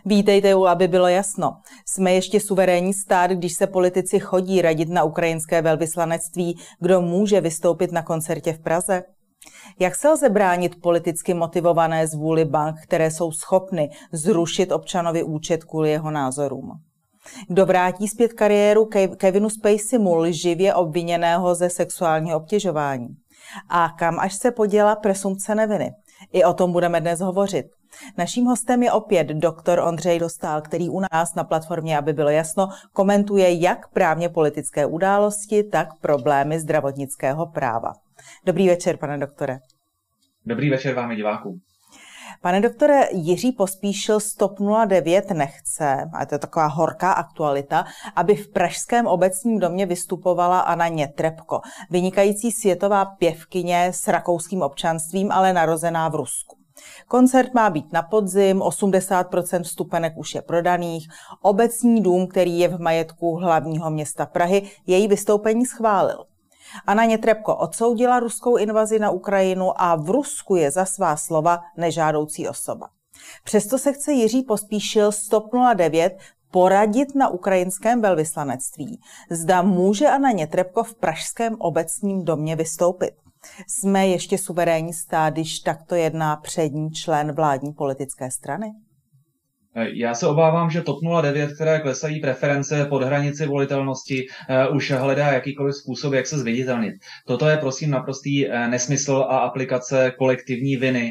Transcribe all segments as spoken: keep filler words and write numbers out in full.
Vítejte u Aby bylo jasno. Jsme ještě suverénní stát, když se politici chodí radit na ukrajinské velvyslanectví, kdo může vystoupit na koncertě v Praze? Jak se lze bránit politicky motivované zvůli bank, které jsou schopny zrušit občanovi účet kvůli jeho názorům? Kdo vrátí zpět kariéru Kevinu Spaceymu, lživě obviněného ze sexuálního obtěžování? A kam až se poděla presumpce neviny? I o tom budeme dnes hovořit. Naším hostem je opět doktor Ondřej Dostál, který u nás na platformě Aby bylo jasno komentuje jak právně politické události, tak problémy zdravotnického práva. Dobrý večer, pane doktore. Dobrý večer vám i divákům. Pane doktore, Jiří Pospíšil z TOP nula devět nechce, a to je taková horká aktualita, aby v pražském obecním domě vystupovala Anna Nětrebko, vynikající světová pěvkyně s rakouským občanstvím, ale narozená v Rusku. Koncert má být na podzim, osmdesát procent vstupenek už je prodaných, obecní dům, který je v majetku hlavního města Prahy, její vystoupení schválil. Anna Nětrebko odsoudila ruskou invazi na Ukrajinu a v Rusku je za svá slova nežádoucí osoba. Přesto se chce Jiří Pospíšil z TOP nula devět poradit na ukrajinském velvyslanectví. Zda může Anna Nětrebko v pražském obecním domě vystoupit. Jsme ještě suverénní stát, když takto jedná přední člen vládní politické strany? Já se obávám, že TOP nula devět, které klesají preference pod hranici volitelnosti, už hledá jakýkoliv způsob, jak se zviditelnit. Toto je prosím naprostý nesmysl a aplikace kolektivní viny,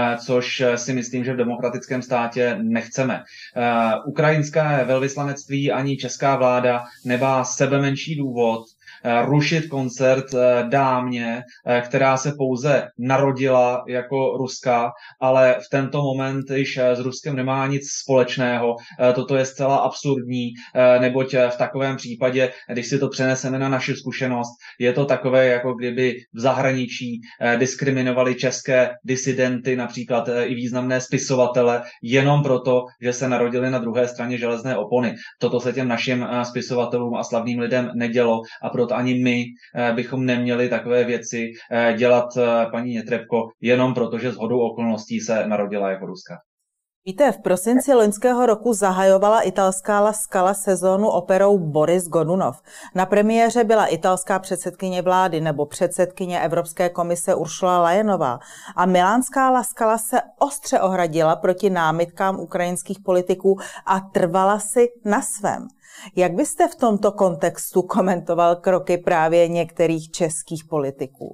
což si myslím, že v demokratickém státě nechceme. Ukrajinské velvyslanectví ani česká vláda nemá sebemenší důvod rušit koncert dámě, která se pouze narodila jako Ruska, ale v tento moment již s Ruskem nemá nic společného. Toto je zcela absurdní, neboť v takovém případě, když si to přeneseme na naši zkušenost, je to takové, jako kdyby v zahraničí diskriminovali české disidenty, například i významné spisovatele, jenom proto, že se narodili na druhé straně železné opony. Toto se těm našim spisovatelům a slavným lidem nedělo a proto ani my bychom neměli takové věci dělat paní Nětrebko jenom proto, že shodou okolností se narodila jako Ruska. Víte, v prosinci loňského roku zahajovala italská La Scala sezónu operou Boris Godunov. Na premiéře byla italská předsedkyně vlády nebo předsedkyně Evropské komise Ursula Leyenová a milánská La Scala se ostře ohradila proti námitkám ukrajinských politiků a trvala si na svém. Jak byste v tomto kontextu komentoval kroky právě některých českých politiků?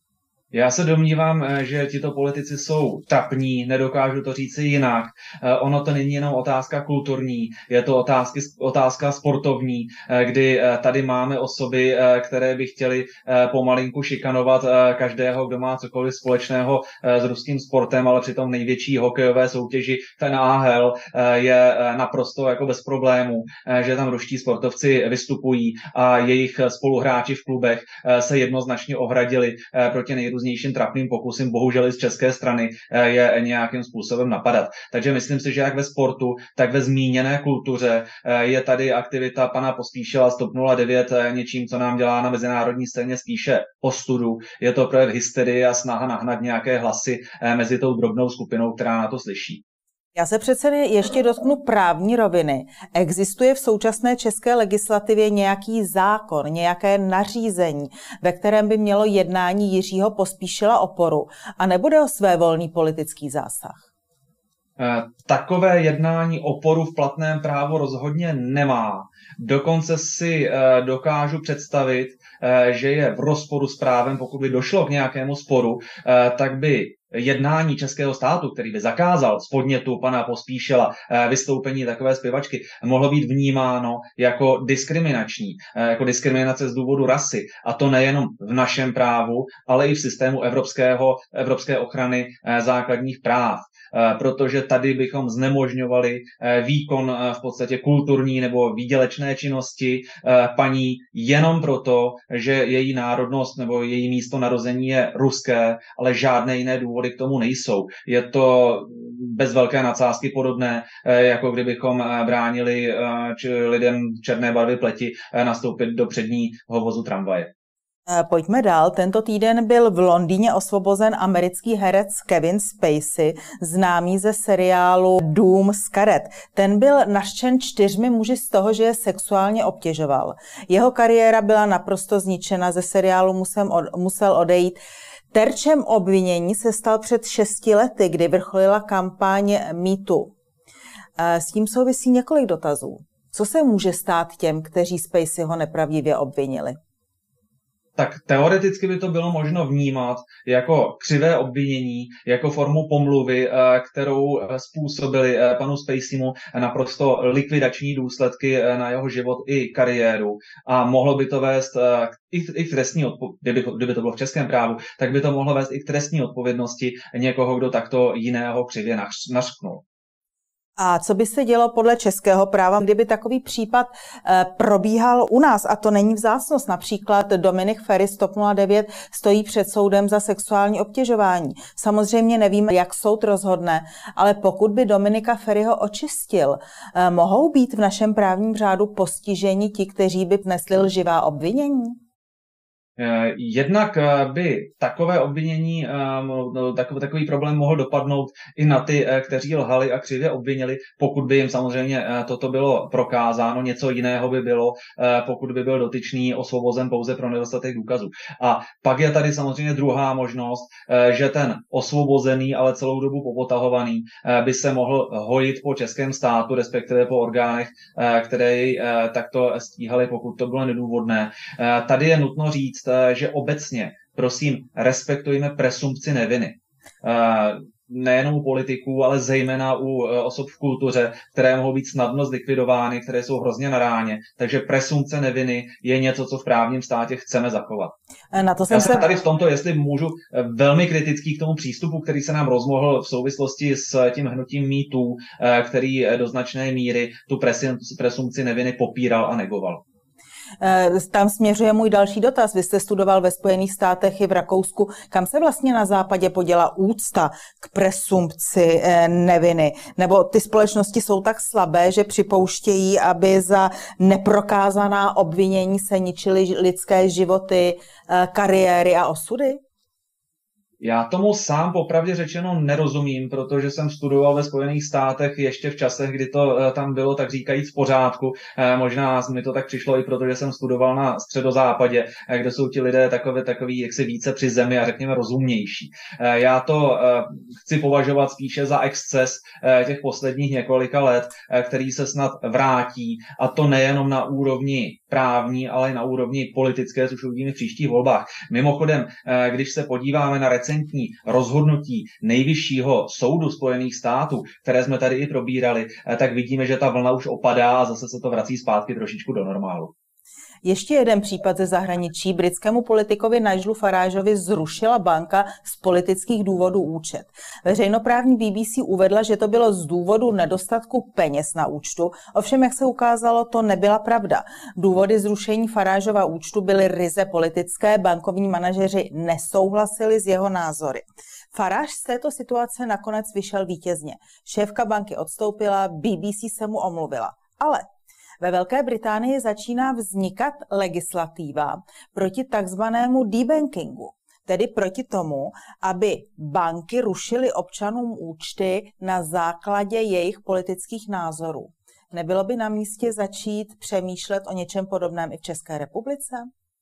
Já se domnívám, že tito politici jsou trapní, nedokážu to říci jinak. Ono to není jenom otázka kulturní, je to otázky, otázka sportovní, kdy tady máme osoby, které by chtěly pomalinku šikanovat každého, kdo má cokoliv společného s ruským sportem, ale přitom největší hokejové soutěži, ten A H L, je naprosto jako bez problémů, že tam ruští sportovci vystupují a jejich spoluhráči v klubech se jednoznačně ohradili proti nejrůznějším trapným pokusím, bohužel i z české strany, je nějakým způsobem napadat. Takže myslím si, že jak ve sportu, tak ve zmíněné kultuře je tady aktivita pana Pospíšila z TOP nula devět něčím, co nám dělá na mezinárodní scéně spíše ostudu. Je to projev hysterie a snaha nahnat nějaké hlasy mezi tou drobnou skupinou, která na to slyší. Já se přece ještě dotknu právní roviny. Existuje v současné české legislativě nějaký zákon, nějaké nařízení, ve kterém by mělo jednání Jiřího Pospíšila oporu a nebude o svévolný politický zásah? Takové jednání oporu v platném právu rozhodně nemá. Dokonce si dokážu představit, že je v rozporu s právem, pokud by došlo k nějakému sporu, tak by jednání českého státu, který by zakázal z podnětu pana Pospíšila vystoupení takové zpěvačky, mohlo být vnímáno jako diskriminační, jako diskriminace z důvodu rasy. A to nejenom v našem právu, ale i v systému evropského, evropské ochrany základních práv. Protože tady bychom znemožňovali výkon v podstatě kulturní nebo výdělečné činnosti paní jenom proto, že její národnost nebo její místo narození je ruské, ale žádné jiné důvody k tomu nejsou. Je to bez velké nadsázky podobné, jako kdybychom bránili lidem černé barvy pleti nastoupit do předního vozu tramvaje. Pojďme dál. Tento týden byl v Londýně osvobozen americký herec Kevin Spacey, známý ze seriálu Dům z karet. Ten byl nařčen čtyřmi muži z toho, že je sexuálně obtěžoval. Jeho kariéra byla naprosto zničena, ze seriálu musel, musel odejít. Terčem obvinění se stal před šesti lety, kdy vrcholila kampaň Me Too. S tím souvisí několik dotazů. Co se může stát těm, kteří Spaceyho nepravdivě obvinili? Tak teoreticky by to bylo možno vnímat jako křivé obvinění, jako formu pomluvy, kterou způsobili panu Spaceymu naprosto likvidační důsledky na jeho život i kariéru. A mohlo by to vést i k trestní odpovědnosti, kdyby, kdyby to bylo v českém právu, tak by to mohlo vést i k trestní odpovědnosti někoho, kdo takto jiného křivě nařknul. A co by se dělo podle českého práva, kdyby takový případ e, probíhal u nás, a to není vzácnost? Například Dominik Feri z TOP nula devět stojí před soudem za sexuální obtěžování. Samozřejmě nevíme, jak soud rozhodne, ale pokud by Dominika Feriho očistil, e, mohou být v našem právním řádu postiženi ti, kteří by nesli lživá obvinění? Jednak by takové obvinění, takový problém mohl dopadnout i na ty, kteří lhali a křivě obvinili, pokud by jim samozřejmě toto bylo prokázáno. Něco jiného by bylo, pokud by byl dotyčný osvobozen pouze pro nedostatek důkazů. A pak je tady samozřejmě druhá možnost, že ten osvobozený, ale celou dobu popotahovaný, by se mohl hojit po českém státu, respektive po orgánech, které jej takto stíhali, pokud to bylo nedůvodné. Tady je nutno říct, že obecně, prosím, respektujme presumpci neviny. Nejenom u politiků, ale zejména u osob v kultuře, které mohou být snadno zlikvidovány, které jsou hrozně na ráně. Takže presumpce neviny je něco, co v právním státě chceme zachovat. Na to jsem Já jsem se... tady v tomto, jestli můžu, velmi kritický k tomu přístupu, který se nám rozmohl v souvislosti s tím hnutím Me Too, který do značné míry tu presumpci neviny popíral a negoval. Tam směřuje můj další dotaz. Vy jste studoval ve Spojených státech i v Rakousku. Kam se vlastně na západě poděla úcta k presumpci neviny? Nebo ty společnosti jsou tak slabé, že připouštějí, aby za neprokázaná obvinění se ničily lidské životy, kariéry a osudy? Já tomu sám popravdě řečeno nerozumím, protože jsem studoval ve Spojených státech ještě v časech, kdy to tam bylo tak říkajíc v pořádku. Možná mi to tak přišlo i proto, že jsem studoval na středozápadě, kde jsou ti lidé takové, takový jaksi více při zemi a řekněme rozumnější. Já to chci považovat spíše za exces těch posledních několika let, který se snad vrátí, a to nejenom na úrovni právní, ale i na úrovni politické, což uvidíme v příštích volbách. Mimochodem, když se podíváme na recentní rozhodnutí nejvyššího soudu Spojených států, které jsme tady i probírali, tak vidíme, že ta vlna už opadá a zase se to vrací zpátky trošičku do normálu. Ještě jeden případ ze zahraničí. Britskému politikovi Nigellu Farageovi zrušila banka z politických důvodů účet. Veřejnoprávní B B C uvedla, že to bylo z důvodu nedostatku peněz na účtu, ovšem, jak se ukázalo, to nebyla pravda. Důvody zrušení Farageova účtu byly ryze politické, bankovní manažeři nesouhlasili s jeho názory. Farage z této situace nakonec vyšel vítězně. Šéfka banky odstoupila, B B C se mu omluvila. Ale ve Velké Británii začíná vznikat legislativa proti takzvanému debankingu, tedy proti tomu, aby banky rušily občanům účty na základě jejich politických názorů. Nebylo by na místě začít přemýšlet o něčem podobném i v České republice?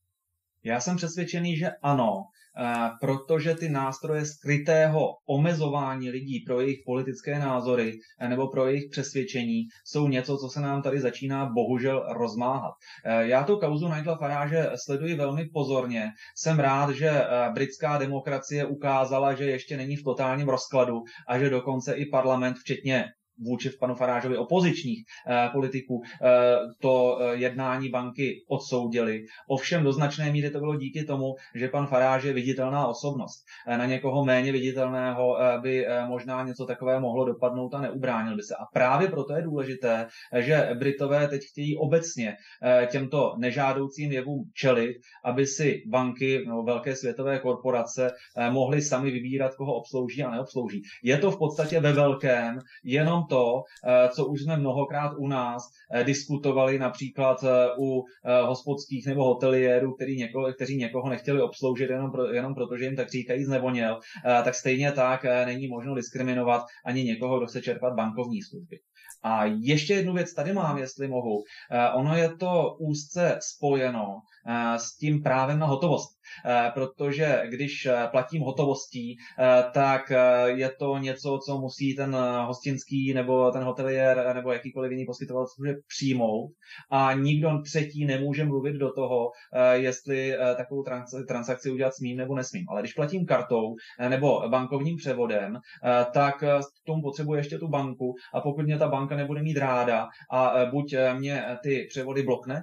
Já jsem přesvědčený, že ano, protože ty nástroje skrytého omezování lidí pro jejich politické názory nebo pro jejich přesvědčení jsou něco, co se nám tady začíná bohužel rozmáhat. Já tu kauzu Nigela Farage sleduji velmi pozorně. Jsem rád, že britská demokracie ukázala, že ještě není v totálním rozkladu a že dokonce i parlament, včetně vůči panu Farageovi opozičních eh, politiků eh, to eh, jednání banky odsoudili. Ovšem do značné míry to bylo díky tomu, že pan Farage je viditelná osobnost. Eh, na někoho méně viditelného eh, by eh, možná něco takové mohlo dopadnout a neubránil by se. A právě proto je důležité, eh, že Britové teď chtějí obecně eh, těmto nežádoucím jevům čelit, aby si banky nebo velké světové korporace eh, mohly sami vybírat, koho obslouží a neobslouží. Je to v podstatě ve velkém jenom to, co už jsme mnohokrát u nás diskutovali například u hospodských nebo hoteliérů, který někoho, kteří někoho nechtěli obsloužit jenom, pro, jenom proto, že jim tak říkají znevoněl, tak stejně tak není možno diskriminovat ani někoho, kdo chce čerpat bankovní služby. A ještě jednu věc tady mám, jestli mohu. Ono je to úzce spojeno s tím právem na hotovost. Protože když platím hotovostí, tak je to něco, co musí ten hostinský nebo ten hoteliér nebo jakýkoliv jiný poskytovatel služeb přijmout a nikdo třetí nemůže mluvit do toho, jestli takovou transakci udělat smím nebo nesmím. Ale když platím kartou nebo bankovním převodem, tak k tomu potřebuji ještě tu banku a pokud mě ta banka nebude mít ráda a buď mě ty převody blokne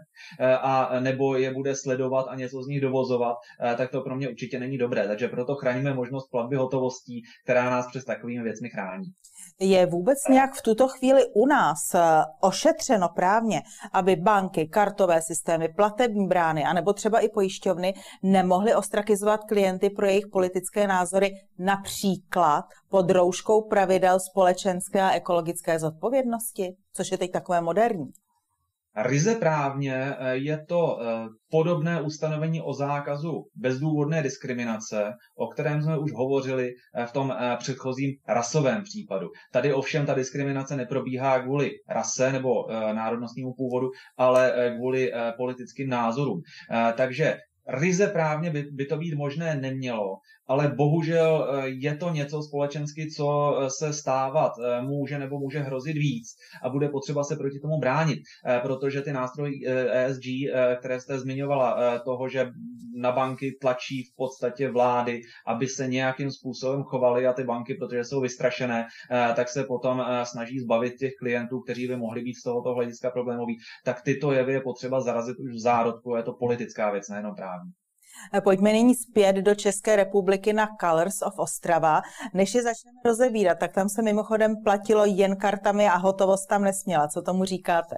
a nebo je bude sledovat a něco z nich dovozovat, tak to pro mě určitě není dobré. Takže proto chráníme možnost platby hotovostí, která nás přes takovými věcmi chrání. Je vůbec nějak v tuto chvíli u nás ošetřeno právně, aby banky, kartové systémy, platební brány anebo třeba i pojišťovny nemohly ostrakizovat klienty pro jejich politické názory například pod rouškou pravidel společenské a ekologické zodpovědnosti, což je teď takové moderní? Ryze právně je to podobné ustanovení o zákazu bezdůvodné diskriminace, o kterém jsme už hovořili v tom předchozím rasovém případu. Tady ovšem ta diskriminace neprobíhá kvůli rase nebo národnostnímu původu, ale kvůli politickým názorům. Takže ryze právně by, by to být možné nemělo, ale bohužel je to něco společensky, co se stávat může nebo může hrozit víc a bude potřeba se proti tomu bránit, protože ty nástroje E S G, které jste zmiňovala, toho, že na banky tlačí v podstatě vlády, aby se nějakým způsobem chovaly a ty banky, protože jsou vystrašené, tak se potom snaží zbavit těch klientů, kteří by mohli být z tohoto hlediska problémoví, tak tyto jevy je potřeba zarazit už v zárodku, je to politická věc, nejenom právní. Pojďme nyní zpět do České republiky na Colors of Ostrava. Než je začneme rozebírat, tak tam se mimochodem platilo jen kartami a hotovost tam nesměla. Co tomu říkáte?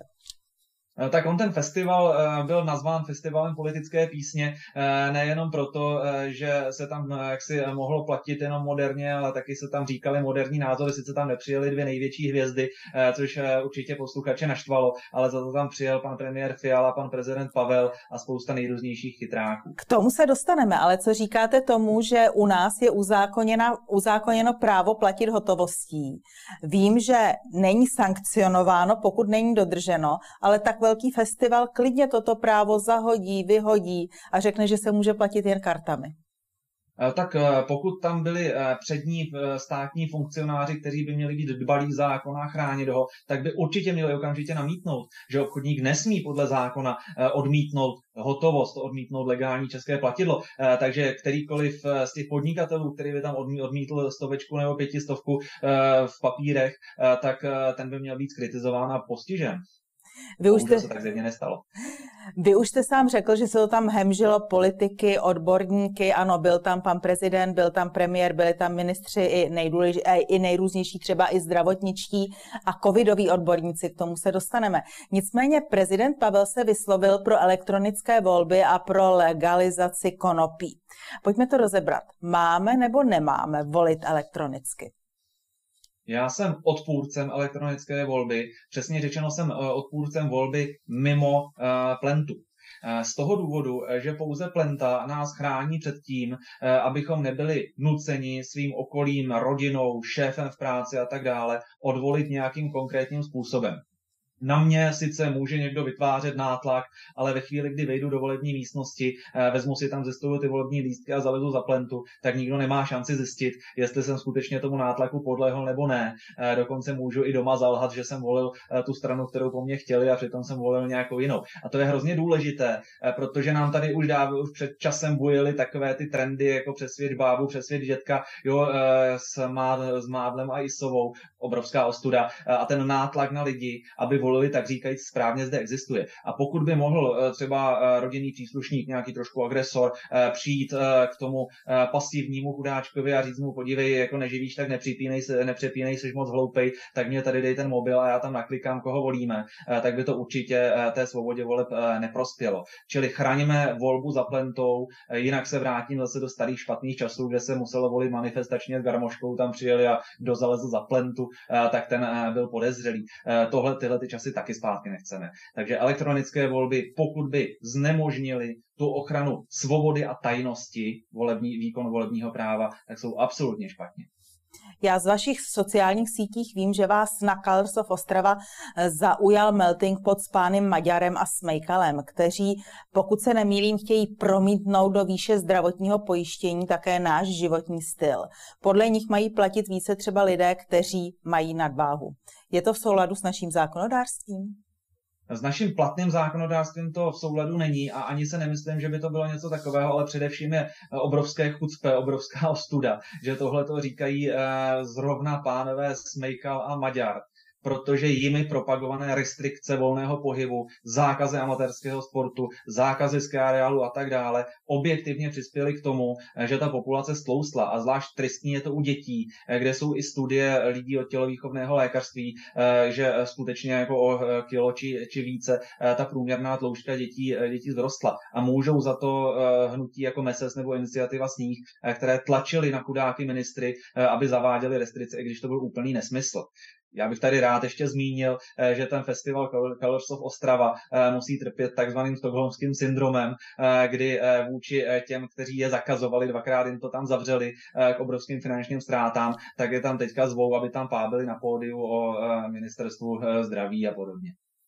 Tak on ten festival byl nazván festivalem politické písně nejenom proto, že se tam jaksi mohlo platit jenom moderně, ale taky se tam říkali moderní názory, sice tam nepřijeli dvě největší hvězdy, což určitě posluchače naštvalo, ale za to tam přijel pan premiér Fiala, pan prezident Pavel a spousta nejrůznějších chytráků. K tomu se dostaneme, ale co říkáte tomu, že u nás je uzákoněno právo platit hotovostí? Vím, že není sankcionováno, pokud není dodrženo, ale tak velký festival klidně toto právo zahodí, vyhodí a řekne, že se může platit jen kartami. Tak pokud tam byli přední státní funkcionáři, kteří by měli být dbalí zákona a chránit ho, tak by určitě měli okamžitě namítnout, že obchodník nesmí podle zákona odmítnout hotovost, odmítnout legální české platidlo. Takže kterýkoliv z těch podnikatelů, který by tam odmítl stovečku nebo pětistovku v papírech, tak ten by měl být skritizován a postižen. Vy už, jste, se tak zjevně nestalo. Vy už jste sám řekl, že se to tam hemžilo politiky, odborníky, ano, byl tam pan prezident, byl tam premiér, byli tam ministři i, nejdůlež, i nejrůznější, třeba i zdravotničtí a covidoví odborníci, k tomu se dostaneme. Nicméně prezident Pavel se vyslovil pro elektronické volby a pro legalizaci konopí. Pojďme to rozebrat. Máme nebo nemáme volit elektronicky? Já jsem odpůrcem elektronické volby, přesně řečeno jsem odpůrcem volby mimo uh, plentu. Z toho důvodu, že pouze plenta nás chrání před tím, abychom nebyli nuceni svým okolím, rodinou, šéfem v práci a tak dále odvolit nějakým konkrétním způsobem. Na mě sice může někdo vytvářet nátlak, ale ve chvíli, kdy vejdu do volební místnosti, vezmu si tam ze stolu ty volební lístky a zalezu za plentu, tak nikdo nemá šanci zjistit, jestli jsem skutečně tomu nátlaku podlehl nebo ne. Dokonce můžu i doma zalhat, že jsem volil tu stranu, kterou po mně chtěli a přitom jsem volil nějakou jinou. A to je hrozně důležité, protože nám tady už dávno, už před časem bujely takové ty trendy, jako přesvědč bábu, přesvědč dětka, jo, s, mád, s mádlem a Isovou, obrovská ostuda. A ten nátlak na lidi, aby volili zvolili, tak říkajíc správně zde existuje. A pokud by mohl třeba rodinný příslušník, nějaký trošku agresor, přijít k tomu pasivnímu chudáčkovi a říct mu, podívej, jako neživíš, tak nepřepínej se, nepřepínej, jsi moc hloupej, tak mě tady dej ten mobil a já tam naklikám, koho volíme, tak by to určitě té svobodě voleb neprospělo. Čili chraňme volbu za plentou, jinak se vrátím zase do starých špatných časů, kde se muselo volit manifestačně s garmoškou, tam přijeli a kdo zalezl za plentu, tak ten byl podezřelý. Tohle, tyhle ty časy taky zpátky nechceme. Takže elektronické volby, pokud by znemožnili tu ochranu svobody a tajnosti volební, výkonu volebního práva, tak jsou absolutně špatně. Já z vašich sociálních sítích vím, že vás na Colors of Ostrava zaujal melting pot s pánem Maďarem a Smejkalem, kteří, pokud se nemýlím, chtějí promítnout do výše zdravotního pojištění také náš životní styl. Podle nich mají platit více třeba lidé, kteří mají nadváhu. Je to v souladu s naším zákonodárstvím? S naším platným zákonodárstvím to v souladu není a ani se nemyslím, že by to bylo něco takového, ale především je obrovské chucpe, obrovská ostuda, že tohle to říkají zrovna pánové Smejkal a Maďar, protože jimi propagované restrikce volného pohybu, zákazy amatérského sportu, zákazy ski areálu a tak dále, objektivně přispěly k tomu, že ta populace stloustla. A zvlášť tristní je to u dětí, kde jsou i studie lidí od tělovýchovného lékařství, že skutečně jako o kilo či, či více ta průměrná tloušťka dětí, dětí zrostla. A můžou za to hnutí jako Meses nebo Iniciativa Sníh, které tlačily na chudáky ministry, aby zaváděli restrikce, i když to byl úplný nesmysl. Já bych tady rád ještě zmínil, že ten festival Colors of Ostrava musí trpět takzvaným stockholmským syndromem, kdy vůči těm, kteří je zakazovali, dvakrát jim to tam zavřeli k obrovským finančním ztrátám, tak je tam teďka zvou, aby tam pábili na pódiu o ministerstvu zdraví a podobně.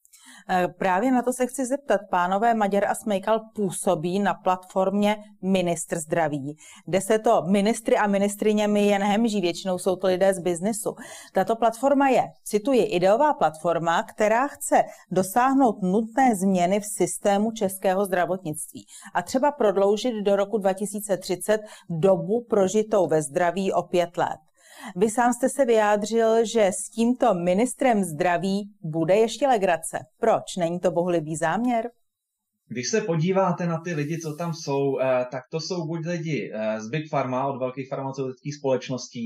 Právě na to se chci zeptat. Pánové Maďar a Smejkal působí na platformě Ministr zdraví, kde se to ministry a ministryněmi jen hemží, většinou jsou to lidé z biznesu. Tato platforma je, cituji, ideová platforma, která chce dosáhnout nutné změny v systému českého zdravotnictví a třeba prodloužit do roku dva tisíce třicet dobu prožitou ve zdraví o pět let. Vy sám jste se vyjádřil, že s tímto ministrem zdraví bude ještě legrace. Proč? Není to bohulibý záměr? Když se podíváte na ty lidi, co tam jsou, tak to jsou buď lidi z Big Pharma, od velkých farmaceutických společností,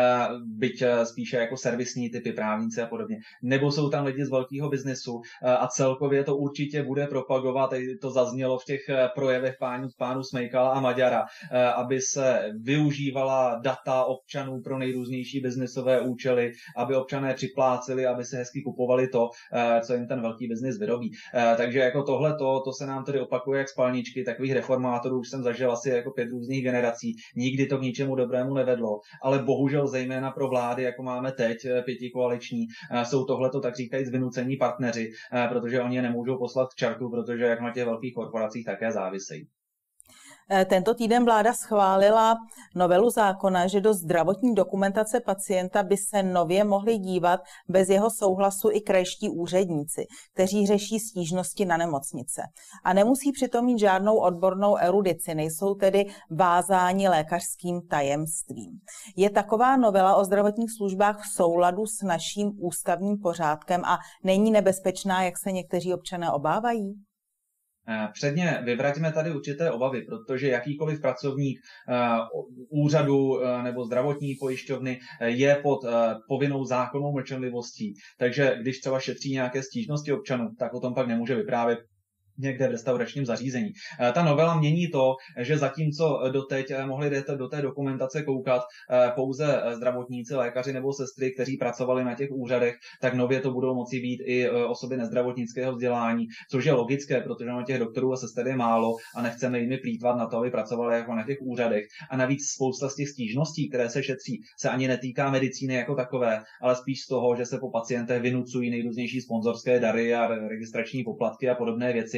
byť spíše jako servisní typy, právníci a podobně, nebo jsou tam lidi z velkého biznesu a celkově to určitě bude propagovat, to zaznělo v těch projevech pánů, pánů Smejkala a Maďara, aby se využívala data občanů pro nejrůznější biznesové účely, aby občané připláceli, aby se hezky kupovali to, co jim ten velký biznis vyrobí. Takže jako tohle to, to se nám tady opakuje jak spalničky, takových reformátorů už jsem zažil asi jako pět různých generací. Nikdy to k ničemu dobrému nevedlo, ale bohužel zejména pro vlády, jako máme teď, pětikoaliční, jsou tohleto tak říkajíc vynucení partneři, protože oni je nemůžou poslat k čartu, protože jak na těch velkých korporacích také závisejí. Tento týden vláda schválila novelu zákona, že do zdravotní dokumentace pacienta by se nově mohli dívat bez jeho souhlasu i krajští úředníci, kteří řeší stížnosti na nemocnice. A nemusí přitom mít žádnou odbornou erudici, nejsou tedy vázáni lékařským tajemstvím. Je taková novela o zdravotních službách v souladu s naším ústavním pořádkem a není nebezpečná, jak se někteří občané obávají? Předně vyvraťme tady určité obavy, protože jakýkoliv pracovník úřadu nebo zdravotní pojišťovny je pod povinnou zákonnou mlčenlivostí. Takže když třeba šetří nějaké stížnosti občanů, tak o tom pak nemůže vyprávět někde v restauračním zařízení. Ta novela mění to, že zatímco doteď mohli do té dokumentace koukat pouze zdravotníci, lékaři nebo sestry, kteří pracovali na těch úřadech, tak nově to budou moci být i osoby nezdravotnického vzdělání, což je logické, protože na těch doktorů a sester je málo a nechceme jimi plýtvat na to, aby pracovali jako na těch úřadech. A navíc spousta z těch stížností, které se šetří, se ani netýká medicíny jako takové, ale spíš z toho, že se po pacientech vynucují nejrůznější sponzorské dary a registrační poplatky a podobné věci,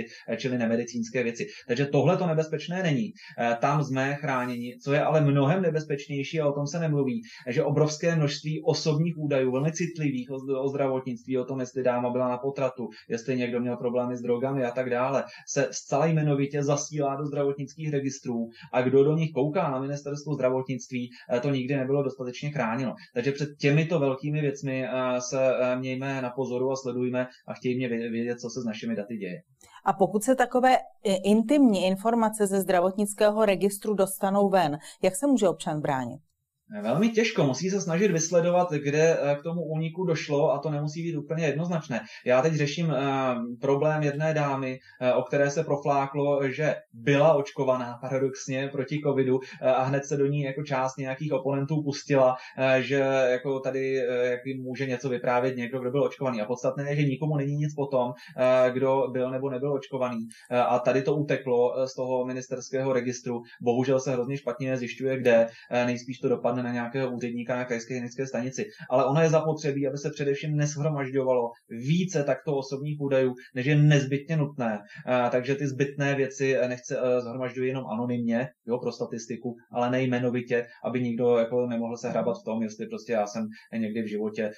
čili nemedicínské věci. Takže tohle to nebezpečné není. Tam jsme chráněni. Co je ale mnohem nebezpečnější, a o tom se nemluví, že obrovské množství osobních údajů, velmi citlivých o, o zdravotnictví, o tom, jestli dáma byla na potratu, jestli někdo měl problémy s drogami a tak dále, se zcela jmenovitě zasílá do zdravotnických registrů a kdo do nich kouká na ministerstvu zdravotnictví, to nikdy nebylo dostatečně chráněno. Takže před těmito velkými věcmi se mějme na pozoru a sledujme a chtějme vědět, co se s našimi daty děje. A pokud se takové intimní informace ze zdravotnického registru dostanou ven, jak se může občan bránit? Velmi těžko, musí se snažit vysledovat, kde k tomu úniku došlo a to nemusí být úplně jednoznačné. Já teď řeším uh, problém jedné dámy, uh, o které se profláklo, že byla očkovaná paradoxně proti covidu uh, a hned se do ní jako část nějakých oponentů pustila, uh, že jako tady uh, jak může něco vyprávět někdo, kdo byl očkovaný. A podstatné je, že nikomu není nic po tom, uh, kdo byl nebo nebyl očkovaný. Uh, a tady to uteklo z toho ministerského registru. Bohužel se hrozně špatně zjišťuje, kde. Uh, nejspíš to dopadne na nějakého úředníka na krajské hygienické stanici. Ale ono je zapotřebí, aby se především neshromažďovalo více takto osobních údajů, než je nezbytně nutné. Takže ty zbytné věci nechce shromažďují jenom anonymně, jo, pro statistiku, ale nejmenovitě, aby nikdo jako nemohl se hrabat v tom, jestli prostě já jsem někdy v životě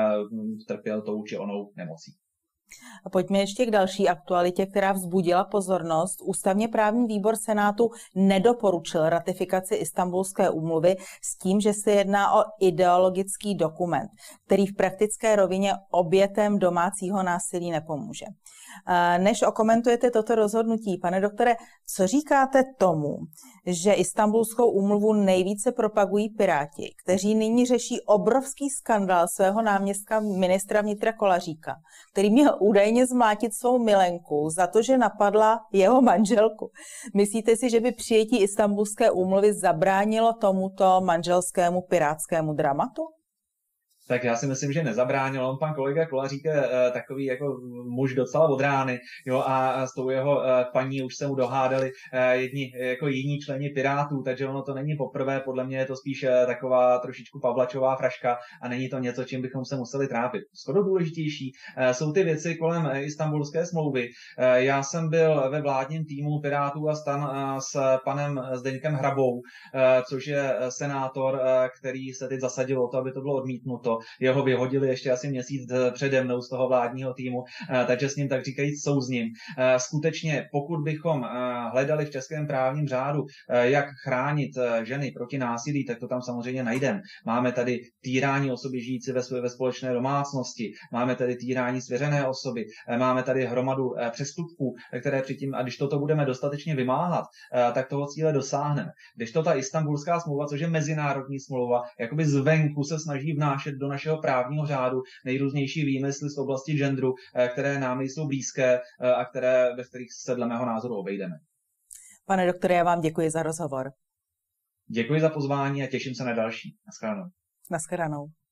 trpěl tou či onou nemocí. A pojďme ještě k další aktualitě, která vzbudila pozornost. Ústavně právní výbor Senátu nedoporučil ratifikaci Istanbulské úmluvy s tím, že se jedná o ideologický dokument, který v praktické rovině obětem domácího násilí nepomůže. Než okomentujete toto rozhodnutí, pane doktore, co říkáte tomu, že Istanbulskou úmluvu nejvíce propagují Piráti, kteří nyní řeší obrovský skandál svého náměstka ministra vnitra Kolaříka, který měl údajně zmlátit svou milenku za to, že napadla jeho manželku. Myslíte si, že by přijetí Istanbulské úmluvy zabránilo tomuto manželskému pirátskému dramatu? Tak já si myslím, že nezabránil. On, pan kolega Kolařík je uh, takový jako muž docela od rány, jo, a s tou jeho uh, paní už se mu dohádali uh, jedni jako jiní členi Pirátů, takže ono to není poprvé, podle mě je to spíš uh, taková trošičku Pavlačová fraška a není to něco, čím bychom se museli trápit. Skoro důležitější uh, jsou ty věci kolem uh, Istanbulské smlouvy. Uh, já jsem byl ve vládním týmu Pirátů a STAN uh, s panem Zdeňkem Hrabou, uh, což je senátor, uh, který se teď zasadil o to, aby to bylo odmítnuto. Jeho vyhodili ještě asi měsíc přede mnou z toho vládního týmu, takže s ním tak říkajíc souzním. Skutečně, pokud bychom hledali v českém právním řádu, jak chránit ženy proti násilí, tak to tam samozřejmě najdeme. Máme tady týrání osoby žijící ve, ve společné domácnosti, máme tady týrání svěřené osoby, máme tady hromadu přestupků, které předtím, a když toto budeme dostatečně vymáhat, tak toho cíle dosáhneme. Když to ta Istanbulská smlouva, což je mezinárodní smlouva, jakoby zvenku se snaží vnášet do našeho právního řádu nejrůznější výmysly z oblasti genderu, které nám nejsou blízké a které, ve kterých se dle mého názoru obejdeme. Pane doktore, já vám děkuji za rozhovor. Děkuji za pozvání a těším se na další. Naschledanou. Naschledanou.